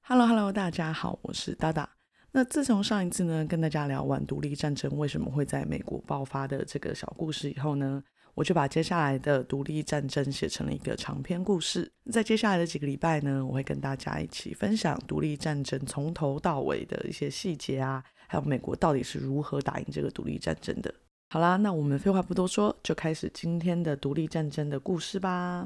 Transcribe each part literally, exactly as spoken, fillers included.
Hello Hello， 大家好，我是大大。那自从上一次呢跟大家聊完独立战争为什么会在美国爆发的这个小故事以后呢，我就把接下来的独立战争写成了一个长篇故事。在接下来的几个礼拜呢，我会跟大家一起分享独立战争从头到尾的一些细节啊，还有美国到底是如何打赢这个独立战争的。好啦，那我们废话不多说，就开始今天的独立战争的故事吧。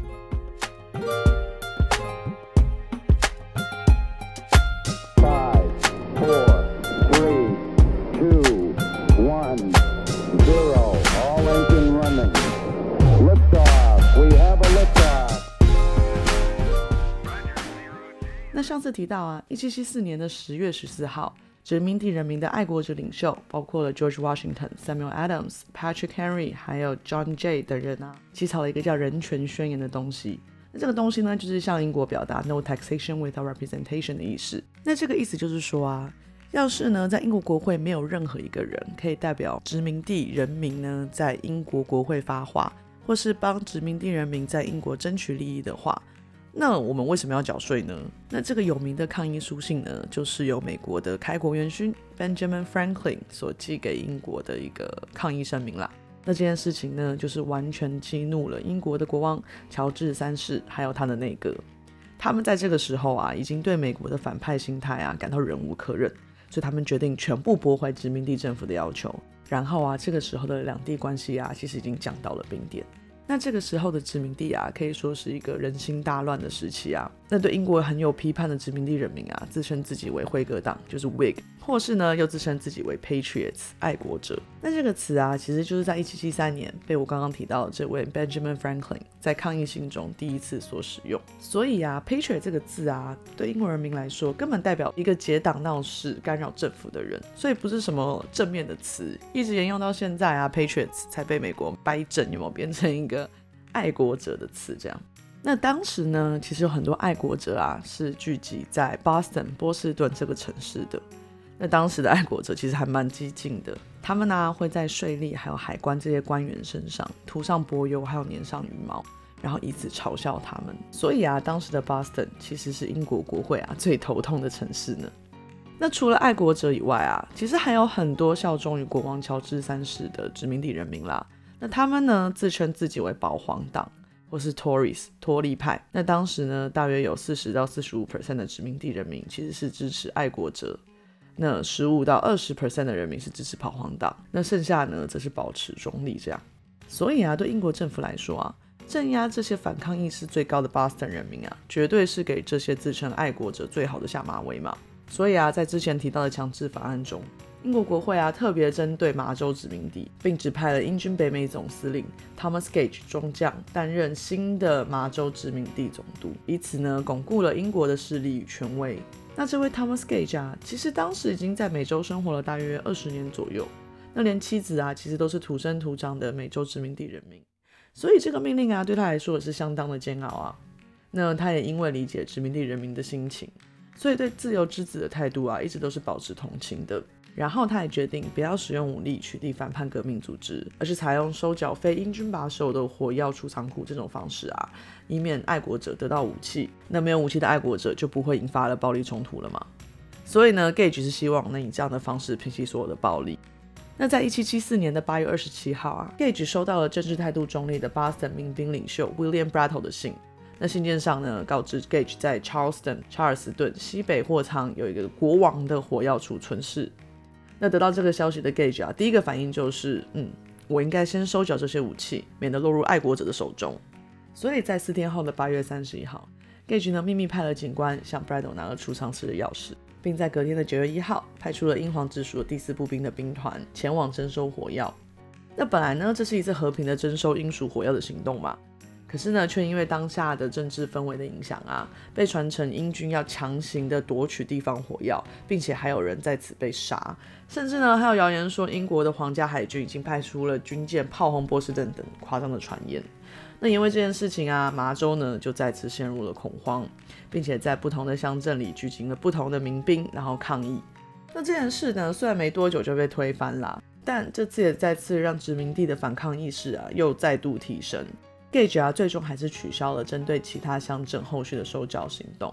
那上次提到啊，一七七四年的十月十四号，殖民地人民的爱国者领袖，包括了 George Washington、Samuel Adams、Patrick Henry 还有 John Jay 等人啊，起草了一个叫人权宣言的东西。那这个东西呢，就是向英国表达 No taxation without representation 的意思。那这个意思就是说啊，要是呢在英国国会没有任何一个人可以代表殖民地人民呢在英国国会发话，或是帮殖民地人民在英国争取利益的话，那我们为什么要缴税呢？那这个有名的抗议书信呢，就是由美国的开国元勋 Benjamin Franklin 所寄给英国的一个抗议声明啦。那这件事情呢，就是完全激怒了英国的国王乔治三世还有他的内阁。他们在这个时候啊，已经对美国的反派心态啊感到忍无可忍，所以他们决定全部驳回殖民地政府的要求。然后啊，这个时候的两地关系啊，其实已经降到了冰点。那这个时候的殖民地啊，可以说是一个人心大乱的时期啊。那对英国很有批判的殖民地人民啊，自称自己为辉格党，就是 Whig， 或是呢又自称自己为 Patriots， 爱国者。那这个词啊，其实就是在一七七三年被我刚刚提到的这位 Benjamin Franklin 在抗议信中第一次所使用。所以啊 Patriot 这个字啊，对英国人民来说根本代表一个结党闹事干扰政府的人，所以不是什么正面的词，一直沿用到现在啊 Patriots 才被美国掰正，有没有变成一个爱国者的词这样。那当时呢，其实有很多爱国者啊是聚集在 Boston 波士顿这个城市的。那当时的爱国者其实还蛮激进的，他们呢、啊、会在税吏还有海关这些官员身上涂上柏油还有粘上羽毛，然后以此嘲笑他们。所以啊，当时的 Boston 其实是英国国会啊最头痛的城市呢。那除了爱国者以外啊，其实还有很多效忠于国王乔治三世的殖民地人民啦。那他们呢自称自己为保皇党或是 Tories 托利派。那当时呢大约有 百分之四十到百分之四十五 的殖民地人民其实是支持爱国者，那 百分之十五到百分之二十 的人民是支持保皇党，那剩下呢则是保持中立这样。所以啊，对英国政府来说啊，镇压这些反抗意识最高的 Boston 人民啊，绝对是给这些自称爱国者最好的下马威嘛。所以啊，在之前提到的强制法案中，英国国会啊特别针对麻州殖民地，并指派了英军北美总司令 Thomas Gage 中将担任新的麻州殖民地总督，以此呢巩固了英国的势力与权威。那这位 Thomas Gage 啊，其实当时已经在美洲生活了大约二十年左右，那连妻子啊其实都是土生土长的美洲殖民地人民，所以这个命令啊对他来说也是相当的煎熬啊。那他也因为理解殖民地人民的心情，所以对自由之子的态度啊一直都是保持同情的。然后他也决定不要使用武力取缔反叛革命组织，而是采用收缴非英军把守的火药储藏库这种方式啊，以免爱国者得到武器，那没有武器的爱国者就不会引发了暴力冲突了嘛。所以呢 Gage 是希望能以这样的方式平息所有的暴力。那在一七七四年的八月二十七号啊 Gage 收到了政治态度中立的 Boston 民兵领袖 William Brattle 的信。那信件上呢，告知 Gage 在 Charleston 查尔斯顿西北货仓有一个国王的火药储存室。那得到这个消息的 Gage 啊，第一个反应就是嗯，我应该先收缴这些武器，免得落入爱国者的手中。所以在四天后的八月三十一号 Gage 呢秘密派了警官向 Brattle 拿了储藏室的钥匙，并在隔天的九月一号派出了英皇直属的第四步兵的兵团前往征收火药。那本来呢这是一次和平的征收英属火药的行动嘛，可是呢却因为当下的政治氛围的影响啊，被传成英军要强行的夺取地方火药，并且还有人在此被杀，甚至呢还有谣言说英国的皇家海军已经派出了军舰炮轰波士顿等夸张的传言。那因为这件事情啊，麻州呢就再次陷入了恐慌，并且在不同的乡镇里举行了不同的民兵然后抗议。那这件事呢虽然没多久就被推翻啦，但这次也再次让殖民地的反抗意识啊又再度提升。Gage 啊最终还是取消了针对其他乡镇后续的收缴行动，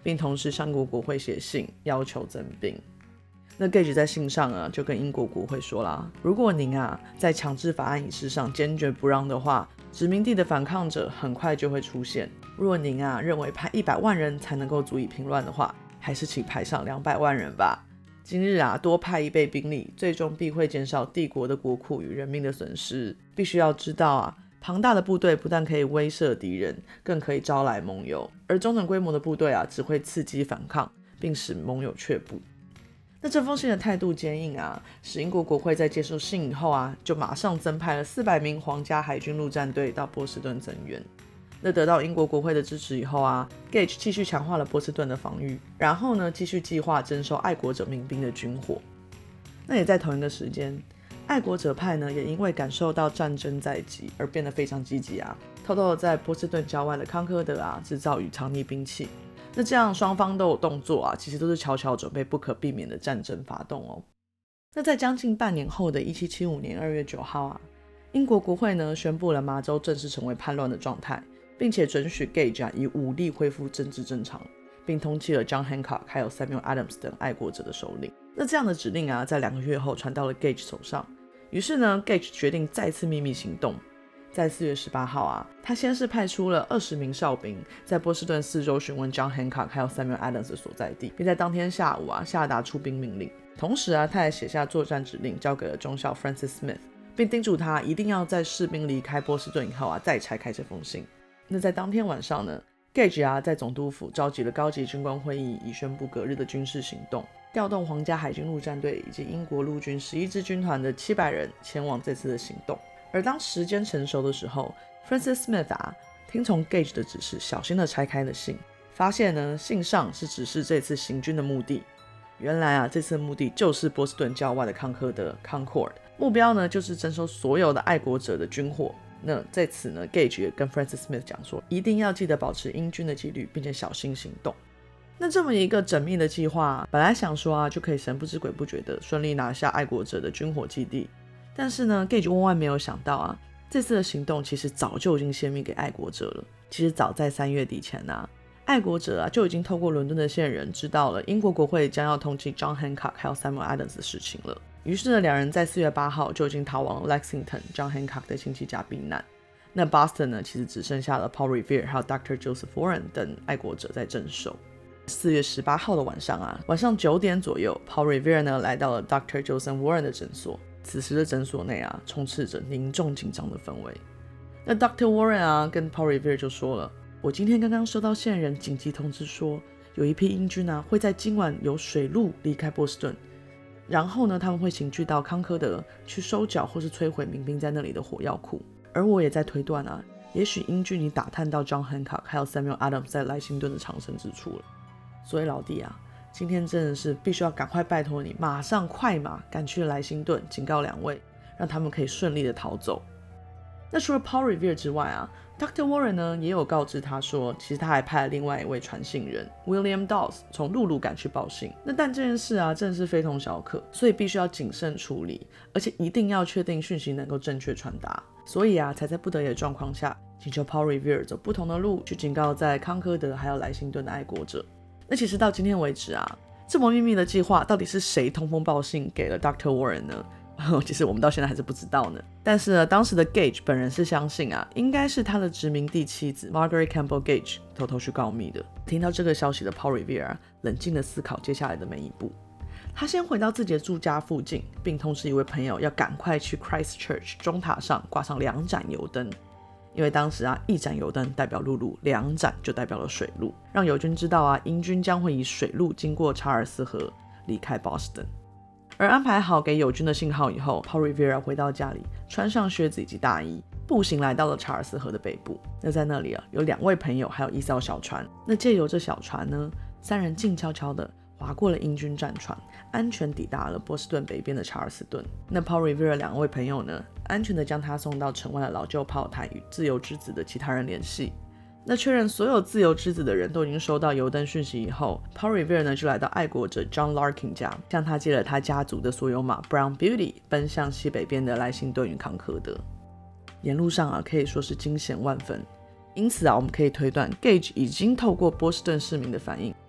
并同时向英国国会写信要求增兵。那 Gage 在信上啊就跟英国国会说啦，如果您啊在强制法案仪式上坚决不让的话，殖民地的反抗者很快就会出现。若您啊认为派一百万人才能够足以平乱的话，还是请派上两百万人吧。今日啊多派一倍兵力，最终必会减少帝国的国库与人民的损失。必须要知道啊，庞大的部队不但可以威慑敌人，更可以招来盟友，而中等规模的部队啊只会刺激反抗，并使盟友却步。那这封信的态度坚硬啊，使英国国会在接受信以后啊，就马上增派了四百名皇家海军陆战队到波士顿增援。那得到英国国会的支持以后啊 ，Gage 继续强化了波士顿的防御，然后呢，继续计划征收爱国者民兵的军火。那也在同一个时间，爱国者派呢，也因为感受到战争在即而变得非常积极啊，偷偷的在波士顿郊外的康科德啊制造与藏匿兵器。那这样双方都有动作啊，其实都是悄悄准备不可避免的战争发动哦。那在将近半年后的一七七五年二月九号啊，英国国会呢宣布了麻州正式成为叛乱的状态，并且准许 Gage 啊以武力恢复政治正常，并通缉了 John Hancock 还有 Samuel Adams 等爱国者的首领。那这样的指令啊，在两个月后传到了 Gage 手上。于是呢 Gage 决定再次秘密行动。在四月十八号啊，他先是派出了二十名哨兵，在波士顿四周询问 John Hancock 还有 Samuel Adams 的所在地，并在当天下午啊下达出兵命令。同时啊，他还写下作战指令，交给了中校 Francis Smith， 并叮嘱他一定要在士兵离开波士顿以后啊，再拆开这封信。那在当天晚上呢 ，Gage 啊在总督府召集了高级军官会议，以宣布隔日的军事行动，调动皇家海军陆战队以及英国陆军十一支军团的七百人前往这次的行动。而当时间成熟的时候 ，Francis Smith 啊听从 Gage 的指示，小心的拆开了信，发现呢信上是指示这次行军的目的。原来啊，这次的目的就是波士顿郊外的康科德 Concord， 目标呢就是征收所有的爱国者的军火。那在此呢 ，Gage 也跟 Francis Smith 讲说，一定要记得保持英军的纪律，并且小心行动。那这么一个缜密的计划，本来想说啊，就可以神不知鬼不觉的顺利拿下爱国者的军火基地。但是呢 Gage 万万没有想到啊，这次的行动其实早就已经泄密给爱国者了。其实早在三月底前啊，爱国者啊就已经透过伦敦的线人知道了英国国会将要通缉 John Hancock 还有 Samuel Adams 的事情了。于是呢，两人在四月八号就已经逃往了 Lexington John Hancock 的亲戚家避难。那 Boston 呢，其实只剩下了 Paul Revere 还有 Doctor Joseph Warren 等爱国者在镇守。四月十八号的晚上啊，晚上九点左右 Paul Revere 呢来到了 Doctor Joseph Warren 的诊所。此时的诊所内啊，充斥着凝重紧张的氛围。那 Doctor Warren 啊，跟 Paul Revere 就说了，我今天刚刚收到线人紧急通知说，有一批英军啊会在今晚由水路离开波士顿，然后呢，他们会行军到康科德去收缴或是摧毁民兵在那里的火药库。而我也在推断啊，也许英军已打探到 John Hancock 还有 Samuel Adams 在莱辛顿的藏身之处了。所以老弟啊，今天真的是必须要赶快拜托你，马上快马赶去莱辛顿，警告两位，让他们可以顺利的逃走。那除了 Paul Revere 之外啊 ，Doctor Warren 呢也有告知他说，其实他还派了另外一位传信人 William Dawes 从陆路赶去报信。那但这件事啊，真的是非同小可，所以必须要谨慎处理，而且一定要确定讯息能够正确传达。所以啊，才在不得已的状况下，请求 Paul Revere 走不同的路去警告在康科德还有莱辛顿的爱国者。那其实到今天为止啊，这么秘密的计划到底是谁通风报信给了 Doctor Warren 呢？其实我们到现在还是不知道呢。但是呢，当时的 Gage 本人是相信啊，应该是他的殖民地妻子 Margaret Campbell Gage 偷偷去告密的。听到这个消息的 Paul Revere 啊，冷静的思考接下来的每一步。他先回到自己的住家附近，并通知一位朋友要赶快去 Christchurch 钟塔上挂上两盏油灯。因为当时啊，一盏油灯代表陆路，两盏就代表了水路，让友军知道啊，英军将会以水路经过查尔斯河离开 Boston。而安排好给友军的信号以后 ，Paul Revere 回到家里，穿上靴子以及大衣，步行来到了查尔斯河的北部。那在那里啊，有两位朋友，还有一艘小船。那借由这小船呢，三人静悄悄的划过了英军战船，安全抵达了波士顿北边的查尔斯顿。那 Paul Revere 两位朋友呢，安全的将他送到城外的老旧炮台，与自由之子的其他人联系。那确认所有自由之子的人都已经收到油灯讯息以后， Paul Revere 呢就来到爱国者 John Larkin 家，向他借了他家族的所有马 Brown Beauty， 奔向西北边的莱辛顿与康科德。沿路上啊，可以说是惊险万分。因此啊，我们可以推断 Gage 已经透过波士顿市民的反应，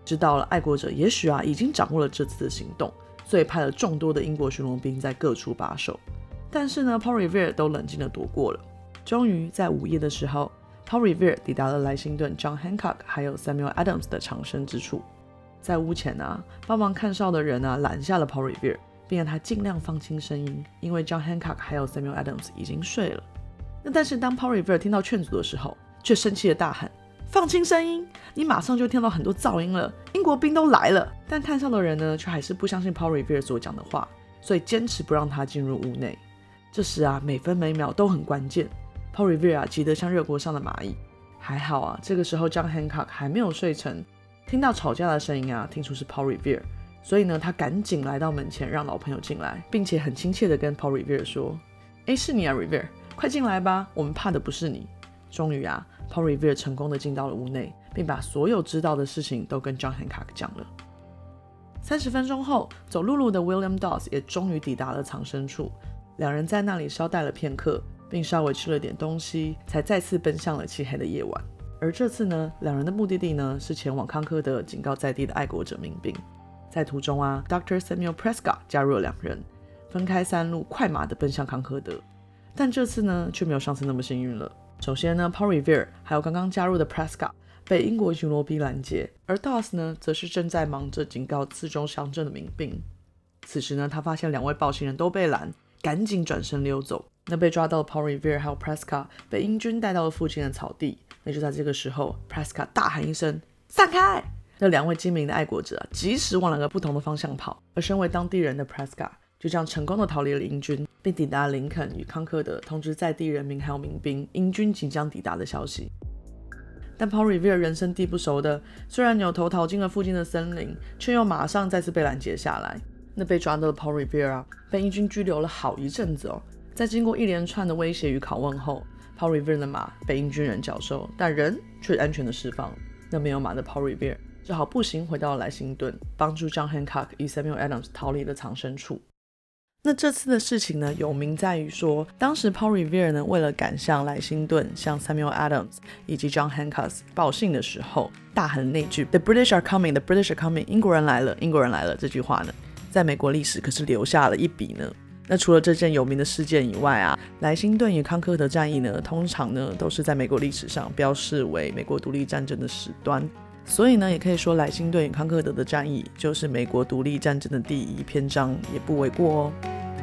知道了爱国者也许啊已经掌握了这次的行动，所以派了众多的英国巡逻兵在各处把守。但是呢 Paul Revere 都冷静地躲过了。终于在午夜的时候， Paul Revere 抵达了莱辛顿 John Hancock 还有 Samuel Adams 的藏身之处。在屋前啊，帮忙看哨的人啊拦下了 Paul Revere， 并让他尽量放轻声音，因为 John Hancock 还有 Samuel Adams 已经睡了。那但是当 Paul Revere 听到劝阻的时候，却生气地大喊，放轻声音，你马上就听到很多噪音了，英国兵都来了。但看哨的人呢却还是不相信 Paul Revere 所讲的话，所以坚持不让他进入屋内。这时啊每分每秒都很关键， Paul Revere 啊急得像热锅上的蚂蚁。还好啊这个时候 John Hancock 还没有睡沉，听到吵架的声音啊听出是 Paul Revere， 所以呢他赶紧来到门前让老朋友进来，并且很亲切的跟 Paul Revere 说，诶是你啊 Revere， 快进来吧，我们怕的不是你。终于啊 Paul Revere 成功的进到了屋内，并把所有知道的事情都跟 John Hancock 讲了。三十分钟后，走陆路的 William Dawes 也终于抵达了藏身处，两人在那里稍待了片刻，并稍微吃了点东西，才再次奔向了漆黑的夜晚。而这次呢，两人的目的地呢是前往康科德警告在地的爱国者民兵。在途中啊 Doctor Samuel Prescott 加入了两人，分开三路快马的奔向康科德。但这次呢却没有上次那么幸运了。首先呢 Paul Revere 还有刚刚加入的 Prescott 被英国巡逻兵拦截，而 Dawes 呢则是正在忙着警告四周乡镇的民兵。此时呢他发现两位暴行人都被拦，赶紧转身溜走。那被抓到的 Paul Revere 还有 Prescott 被英军带到了附近的草地。那就在这个时候 Prescott 大喊一声散开，那两位精明的爱国者、啊、及时往两个不同的方向跑，而身为当地人的 Prescott 就这样成功的逃离了英军，并抵达林肯与康科德，通知在地人民还有民兵英军即将抵达的消息。但 Paul Revere 人生地不熟的，虽然扭头逃进了附近的森林，却又马上再次被拦截下来。那被抓到的 Paul Revere 啊，被英军拘留了好一阵子哦。在经过一连串的威胁与拷问后， Paul Revere 的马被英军人缴收，但人却安全的释放。那没有马的 Paul Revere 只好步行回到莱辛顿，帮助 John Hancock 与 Samuel Adams 逃离了藏身处。那这次的事情呢，有名在于说，当时 Paul Revere 呢，为了赶向莱辛顿，向 Samuel Adams 以及 John Hancock 报信的时候，大喊的那句 The British are coming, the British are coming， 英国人来了，英国人来了，这句话呢，在美国历史可是留下了一笔呢。那除了这件有名的事件以外啊，莱辛顿与康科德战役呢，通常呢都是在美国历史上标示为美国独立战争的始端，所以呢，也可以说莱辛顿与康科德的战役就是美国独立战争的第一篇章，也不为过哦。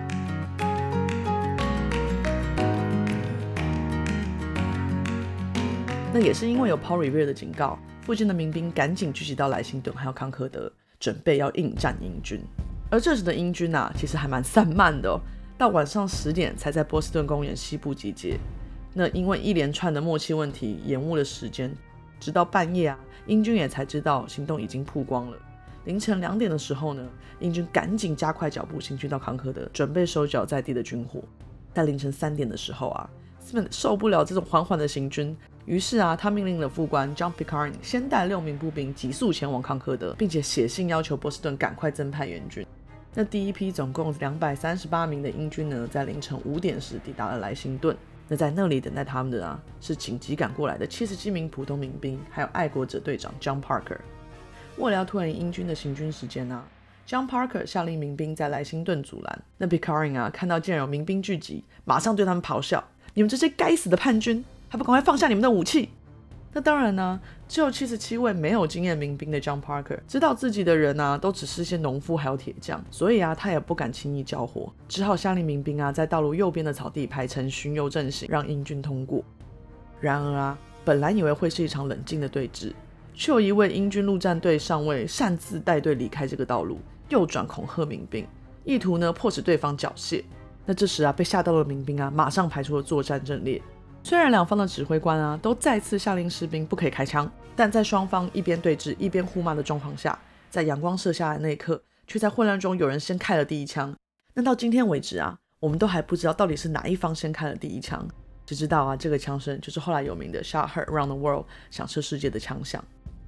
那也是因为有 Paul Revere 的警告，附近的民兵赶紧聚集到莱辛顿还有康科德，准备要应战英军。而这时的英军啊，其实还蛮散漫的哦，到晚上十点才在波士顿公园西部集结。那因为一连串的默契问题延误了时间，直到半夜啊，英军也才知道行动已经曝光了。凌晨两点的时候呢，英军赶紧加快脚步行军到康科德，准备收缴在地的军火。在凌晨三点的时候啊，斯本受不了这种缓缓的行军，于是啊，他命令了副官 John Pickering 先带六名步兵急速前往康科德，并且写信要求波士顿赶快增派援军。那第一批总共两百三十八名的英军呢，在凌晨五点时抵达了莱辛顿。那在那里等待他们的啊，是紧急赶过来的七十七名普通民兵，还有爱国者队长 John Parker。为了要拖延英军的行军时间啊， John Parker 下令民兵在莱辛顿阻拦。那 Pickering 啊，看到见有民兵聚集，马上对他们咆哮：你们这些该死的叛军，还不赶快放下你们的武器！那当然呢，只有七十七位没有经验民兵的 John Parker 知道自己的人啊都只是些农夫还有铁匠，所以啊他也不敢轻易交火，只好下令民兵啊在道路右边的草地排成巡游阵型，让英军通过。然而啊，本来以为会是一场冷静的对峙，却有一位英军陆战队上尉擅自带队离开这个道路，右转恐吓民兵，意图呢迫使对方缴械。那这时啊被吓到的民兵啊马上排出了作战阵列。虽然两方的指挥官啊都再次下令士兵不可以开枪，但在双方一边对峙一边互骂的状况下，在阳光射下来的那一刻，却在混乱中有人先开了第一枪。那到今天为止啊，我们都还不知道到底是哪一方先开了第一枪，只知道啊这个枪声就是后来有名的 Shot Heard Around the World 响彻世界的枪响。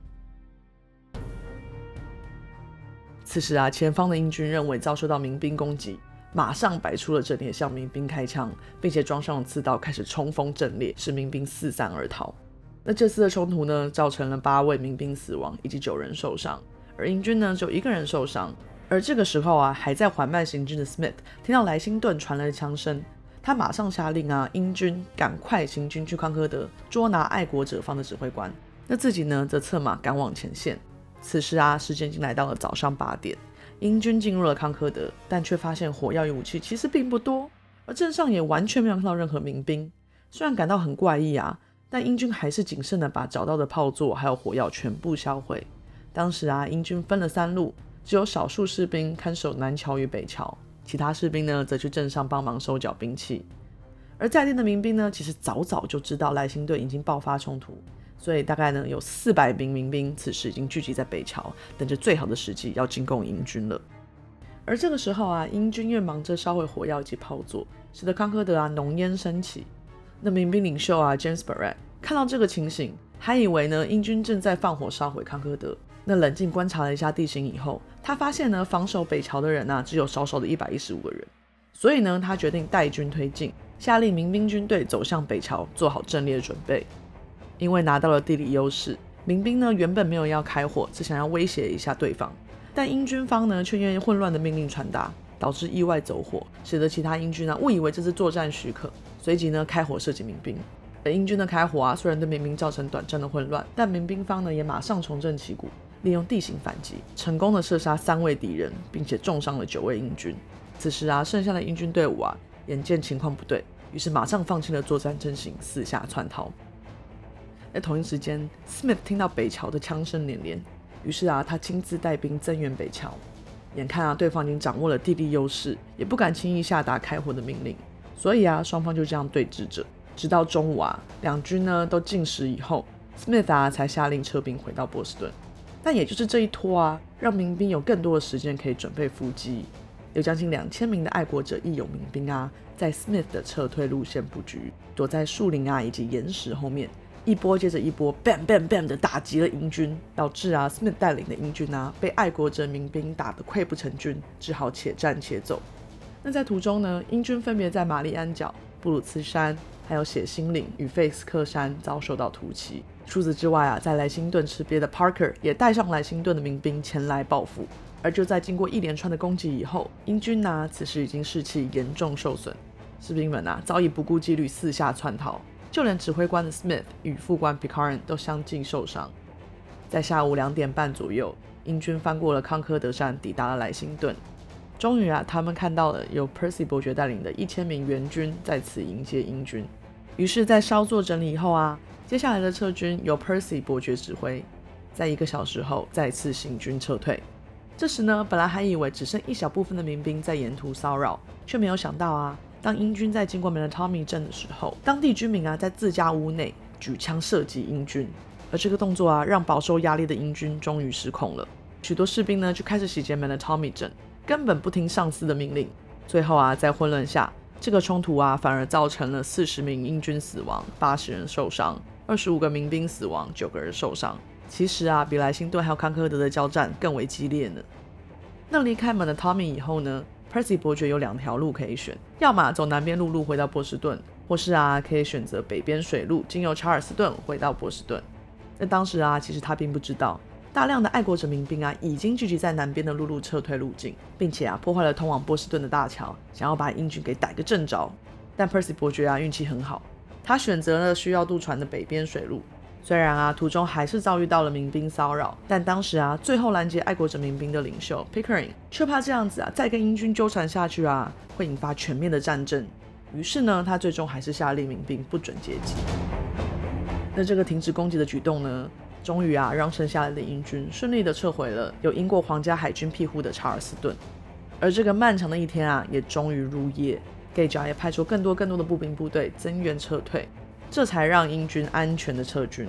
此时啊，前方的英军认为遭受到民兵攻击，马上摆出了阵列向民兵开枪，并且装上了刺刀开始冲锋阵列，使民兵四散而逃。 那这次的冲突呢，造成了八位民兵死亡以及九人受伤，而英军呢只有一个人受伤。而这个时候啊，还在缓慢行军的 Smith 听到莱辛顿传来的枪声，他马上下令啊，英军赶快行军去康科德捉拿爱国者方的指挥官，那自己呢则策马赶往前线。此时啊，时间已经来到了早上八点，英军进入了康科德，但却发现火药与武器其实并不多，而镇上也完全没有看到任何民兵。虽然感到很怪异啊，但英军还是谨慎的把找到的炮座还有火药全部销毁。当时啊，英军分了三路，只有少数士兵看守南桥与北桥，其他士兵呢则去镇上帮忙收缴兵器。而在地的民兵呢，其实早早就知道莱辛顿已经爆发冲突，所以大概呢有四百名民兵此时已经聚集在北桥，等着最好的时机要进攻英军了。而这个时候啊，英军因为忙着烧毁火药以及炮座，使得康科德啊浓烟升起。那民兵领袖啊 James Barrett 看到这个情形，还以为呢英军正在放火烧毁康科德。那冷静观察了一下地形以后，他发现呢防守北桥的人啊只有少少的一百一十五个人，所以呢他决定带军推进，下令民兵军队走向北桥，做好阵列准备。因为拿到了地理优势，民兵呢原本没有要开火，只想要威胁一下对方，但英军方呢却因为混乱的命令传达，导致意外走火，使得其他英军啊误以为这是作战许可，随即呢开火射击民兵。而英军的开火啊虽然对民兵造成短暂的混乱，但民兵方呢也马上重振旗鼓，利用地形反击，成功的射杀三位敌人，并且重伤了九位英军。此时啊，剩下的英军队伍啊，眼见情况不对，于是马上放弃了作战阵型，四下窜逃。在同一时间 ，Smith 听到北桥的枪声连连，于是啊，他亲自带兵增援北桥。眼看啊，对方已经掌握了地利优势，也不敢轻易下达开火的命令，所以啊，双方就这样对峙着，直到中午啊，两军呢都进食以后 ，Smith 啊才下令撤兵回到波士顿。但也就是这一拖啊，让民兵有更多的时间可以准备伏击。有将近两千名的爱国者义勇民兵啊，在 Smith 的撤退路线布局，躲在树林啊以及岩石后面，一波接着一波 bam bam bam 的打击了英军，导致啊 Smith 带领的英军啊被爱国者民兵打得溃不成军，只好且战且走。那在途中呢，英军分别在玛丽安角、布鲁茨山还有血腥岭与费斯克山遭受到突袭。除此之外啊，在莱辛顿吃瘪的 Parker 也带上莱辛顿的民兵前来报复。而就在经过一连串的攻击以后，英军啊此时已经士气严重受损，士兵们啊早已不顾纪律四下窜逃，就连指挥官的 Smith 与副官 Picard 都相继受伤。在下午两点半左右，英军翻过了康科德山，抵达了莱辛顿。终于啊，他们看到了由 Percy 伯爵带领的一千名援军在此迎接英军。于是，在稍作整理以后啊，接下来的撤军由 Percy 伯爵指挥，在一个小时后再次行军撤退。这时呢，本来还以为只剩一小部分的民兵在沿途骚扰，却没有想到啊，当英军在经过 Melatomy 镇的时候，当地居民啊在自家屋内举枪射击英军，而这个动作啊让饱受压力的英军终于失控了。许多士兵呢就开始洗劫 Melatomy 镇，根本不听上司的命令。最后啊，在混乱下，这个冲突啊反而造成了四十名英军死亡，八十人受伤，二十五个民兵死亡，九个人受伤。其实啊，比莱辛顿还有康科德的交战更为激烈呢。那离开 Melatomy 以后呢， Percy 伯爵有两条路可以选，要么走南边陆路回到波士顿，或是啊可以选择北边水路经由查尔斯顿回到波士顿。在当时啊，其实他并不知道，大量的爱国者民兵啊已经聚集在南边的陆路撤退路径，并且啊破坏了通往波士顿的大桥，想要把英军给逮个正着。但 Percy 伯爵啊运气很好，他选择了需要渡船的北边水路。虽然啊途中还是遭遇到了民兵骚扰，但当时啊最后拦截爱国者民兵的领袖 Pickering 却怕这样子啊再跟英军纠缠下去啊会引发全面的战争，于是呢他最终还是下令民兵不准截击。那这个停止攻击的举动呢，终于啊让剩下来的英军顺利的撤回了有英国皇家海军庇护的查尔斯顿。而这个漫长的一天啊也终于入夜， Gage 也派出更多更多的步兵部队增援撤退，这才让英军安全的撤军。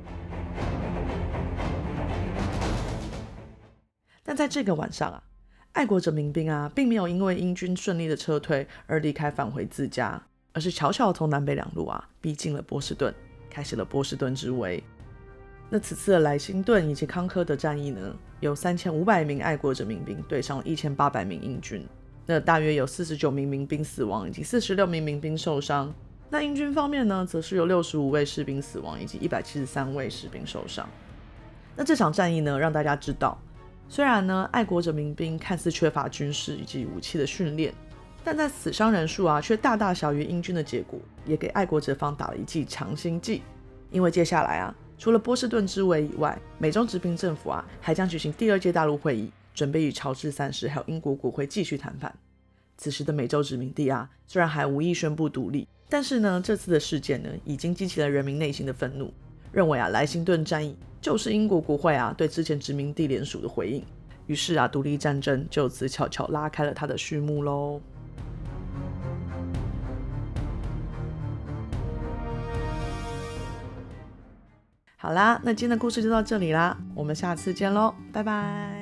但在这个晚上啊，爱国者民兵啊并没有因为英军顺利的撤退而离开返回自家，而是悄悄从南北两路啊逼近了波士顿，开始了波士顿之围。那此次的莱辛顿以及康科德战役呢，有三千五百名爱国者民兵对上了一千八百名英军，那大约有四十九名民兵死亡以及四十六名民兵受伤。 那英军方面呢，则是有六十五位士兵死亡，以及一百七十三位士兵受伤。那这场战役呢，让大家知道，虽然呢爱国者民兵看似缺乏军事以及武器的训练，但在死伤人数啊却大大小于英军的结果，也给爱国者方打了一剂强心剂。因为接下来啊，除了波士顿之围以外，美中殖民政府啊还将举行第二届大陆会议，准备与乔治三世还有英国国会继续谈判。此时的美洲殖民地啊，虽然还无意宣布独立，但是呢，这次的事件呢，已经激起了人民内心的愤怒，认为啊，莱辛顿战役就是英国国会啊对之前殖民地联署的回应。于是啊，独立战争就此悄悄拉开了它的序幕喽。好啦，那今天的故事就到这里啦，我们下次见喽，拜拜。